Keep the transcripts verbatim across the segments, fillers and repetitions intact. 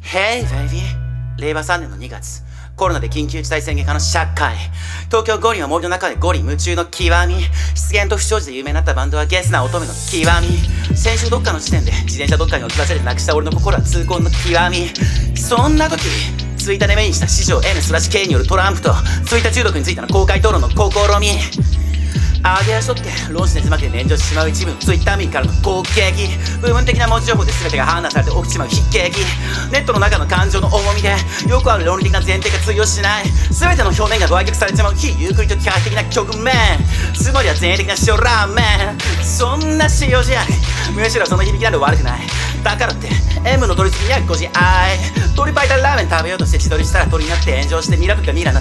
Hey baby 令和さんねんのにがつ、コロナで緊急事態宣言下の社会。東京五輪は森の中で五輪夢中の極み。失言と不祥事で有名になったバンドはゲスな乙女の極み。先週どっかの時点で自転車どっかに置き忘れてなくした俺の心は痛恨の極み。そんな時ツイッターで目にした史上 N スラッシュ K によるトランプとツイッター中毒についての公開討論の試み。上げ足取って論旨で詰まって炎上してしまう一部のツイッター民からの攻撃。部分的な文字情報で全てが判断されて起きちまう悲劇。ネットの中の感情の重みでよくある論理的な前提が通用しない。全ての表現が売却されちまう非ユークリッド機械的な局面。つまりは前衛的な塩ラーメン。そんな塩じゃない、むしろその響きなど悪くない。だからって M の取り次ぎにはご自愛。鶏白湯ラーメン食べようとして自撮りしたら鳥になって炎上してミラブがミラになった。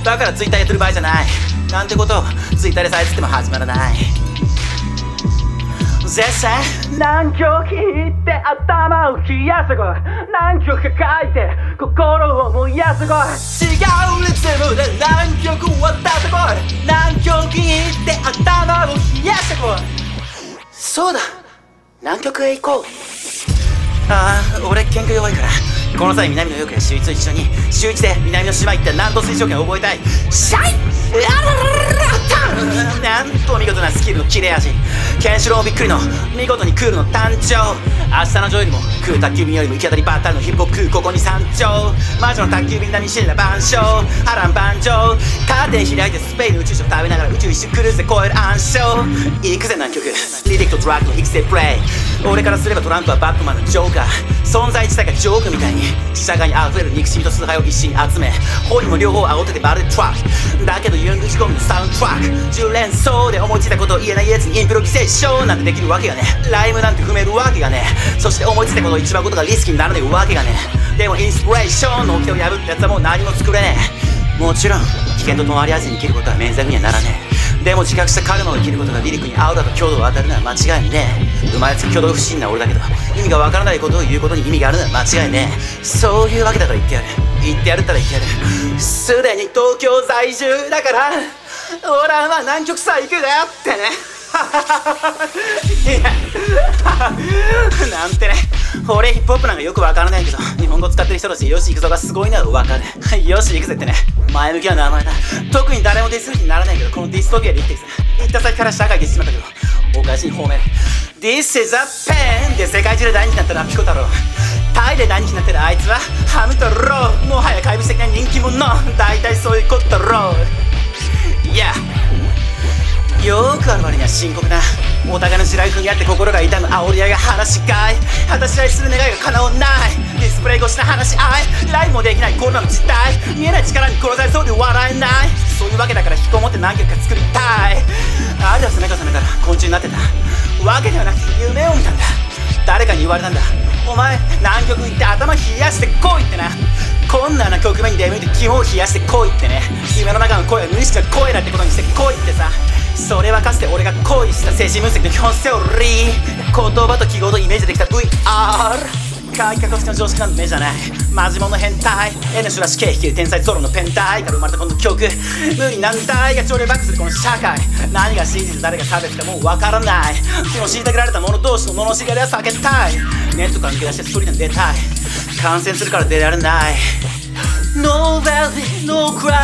だからツイッターやってる場合じゃないなんてことをツイッターでさえつっても始まらない。絶対南極行って頭を冷やせこい。南極書いて心を燃やせこい。違うリズムで南極渡ってこい。南極行って頭を冷やせこい。そうだ、南極へ行こう。ああ、俺研究弱いからこの際南の洋や週一と一緒に週一で南の島行って南東水晶圏を覚えたい。シャイあららららなんと見事なスキルの切れ味。ケンシロウびっくりの見事にクールの誕生。明日のジョーよりも食う宅急便よりも行き当たりばったりのヒップホップ食うここに山頂。魔女の宅急便並みに死んだ万象波乱万丈。カーテン開いてスペインの宇宙食食べながら宇宙一周クルーズで超える暗礁。行くぜ南極リディクトドラッグの育成プレイ。俺からすればトランプはバットマンのジョーカー。存在自体がジョークみたいに社会に溢れる憎しみと崇拝を一心集め本人も両方煽っててまるでトラックだけどユング仕込みのサウンドトラック。じゅう連想で思いついたことを言えないやつにインプロギセーションなんてできるわけがね。ライムなんて踏めるわけがね。そして思いついたことを一番ことがリスキーにならないわけがね。でもインスピレーションの掟を破ったやつはもう何も作れねえ。もちろん危険と隣り合わせに生きることは免罪符にはならねえ。でも自覚したカルマを生きることがリリックにアウラと強度を与えるのは間違いねえ。生まれつき挙動不審な俺だけど意味がわからないことを言うことに意味があるのは間違いねえ。そういうわけだから言ってやる言ってやるったら言ってやる。すでに東京在住だから俺は南極さ行くだよってねいやなんてね。俺ヒップホップなんかよくわからないけど日本語使ってる人たちよし行くぞがすごいのはわかる。よし行くぜってね前向きな名前だ。特に誰もディスる気にならないけどこのディストピアで生きていくぜ。行った先から社会でしまったけどお返しに褒める。 This is a pen で世界中で大人気になったのはピコ太郎。タイで大人気になってるあいつはハム太郎。もはや怪物的な人気者。大体そういうことだろう。いやよーくある割には深刻なお互いの地雷踏み合って心が痛む煽り合いが話し合い。果たし合いする願いが叶わない。ディスプレイ越しな話し合い。ライブもできないコロナの実態。見えない力に殺されそうで笑えない。そういうわけだから引きこもって何曲か作りたい。あれは目が覚めたら昆虫になってたわけではなくて夢を見たんだ。誰かに言われたんだ。お前南極行って頭冷やしてこいってな。こんなな局面に出向いて肝を冷やしてこいってね。夢の中の声は無意識な声だってことにしてこいってさ。それはかつて俺が恋した精神分析の基本セオリー。言葉と記号とイメージできた ブイアール。 改革的な常識なんて目じゃないマジモンの変態。 N シュラシ K 率いる天才ソロのペンタイから生まれたこの曲。無理難題が朝礼バックするこの社会。何が真実誰が差別かもうわからない。でも虐げられた者同士の罵り合いは避けたい。ネットから抜け出してストーリーに出たい。感染するから出られない。 No valley no cry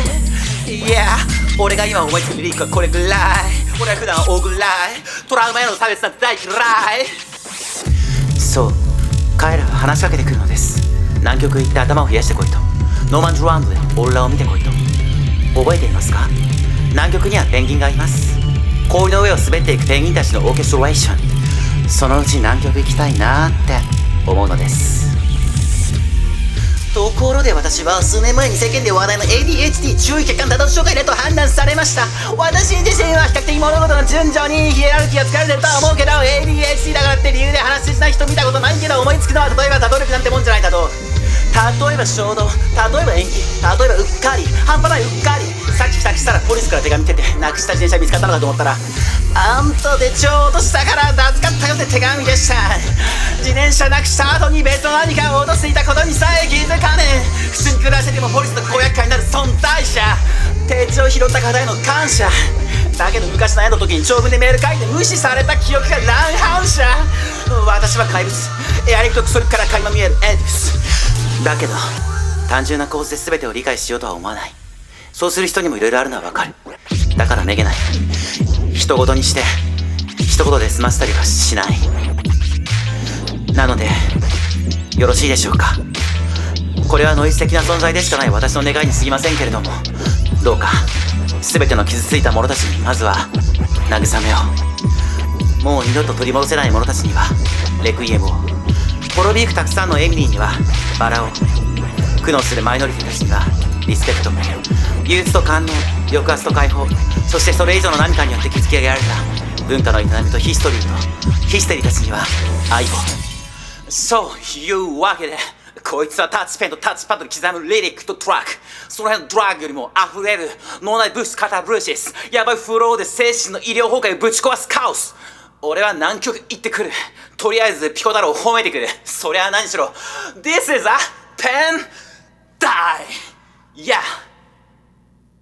Yeah 俺が今思いつくリリックはこれぐらい。俺は普段は大ぐらい。トラウマへの差別なんて大嫌い。そう彼らは話しかけてくるのです。南極行って頭を冷やしてこいと。ノーマンズランドでオーロラを見てこいと。覚えていますか。南極にはペンギンがいます。氷の上を滑っていくペンギンたちのオーケストレーション。そのうち南極行きたいなーって思うのです。ところで私は数年前に世間で話題の エーディーエイチディー 注意欠陥多動障害だと判断されました。私自身は比較的物事の順序にヒエラルキーを使われてるとは思うけど エーディーエイチディー だからって理由で話しない人見たことないけど思いつくのは例えば多動力なんてもんじゃないだろう。例えば衝動、例えば延期、例えばうっかり、半端ないうっかり。さっき帰宅したらポリスから手紙来ててなくした自転車見つかったのかと思ったらあんたでちょうど下から預かったよって手紙でした。自転車なくした後に別の何かを落としていたことにさえ気づかねえ。普通に暮らしててもポリスとご厄介になる存在者。手帳拾った方への感謝だけど昔の絵の時に長文でメール書いて無視された記憶が乱反射。私は怪物エアリクとクソリップから垣間見えるエディス。 だけど単純な構図で全てを理解しようとは思わない。そうする人にも色々あるのはわかる。だからめげない。人ごとにして一言で済ませたりはしない。なのでよろしいでしょうか。これはノイズ的な存在でしかない私の願いに過ぎませんけれども、どうか全ての傷ついた者たちにまずは慰めを、もう二度と取り戻せない者たちにはレクイエムを、滅びゆくたくさんのエンミーにはバラを、苦悩するマイノリティたちにはリスペクト、憂鬱と感動、抑圧と解放、そしてそれ以上の何かによって築き上げられた文化の営みとヒストリーとヒステリーたちには愛を。そういうわけでこいつはタッチペンとタッチパッドで刻むリリックとトラック、その辺のドラッグよりも溢れる脳内物質カタブルシス、ヤバいフローで精神の医療崩壊をぶち壊すカオス。俺は南極行ってくる。とりあえずピコ太郎を褒めてくる。そりゃ何しろ This is a pen die. Yeah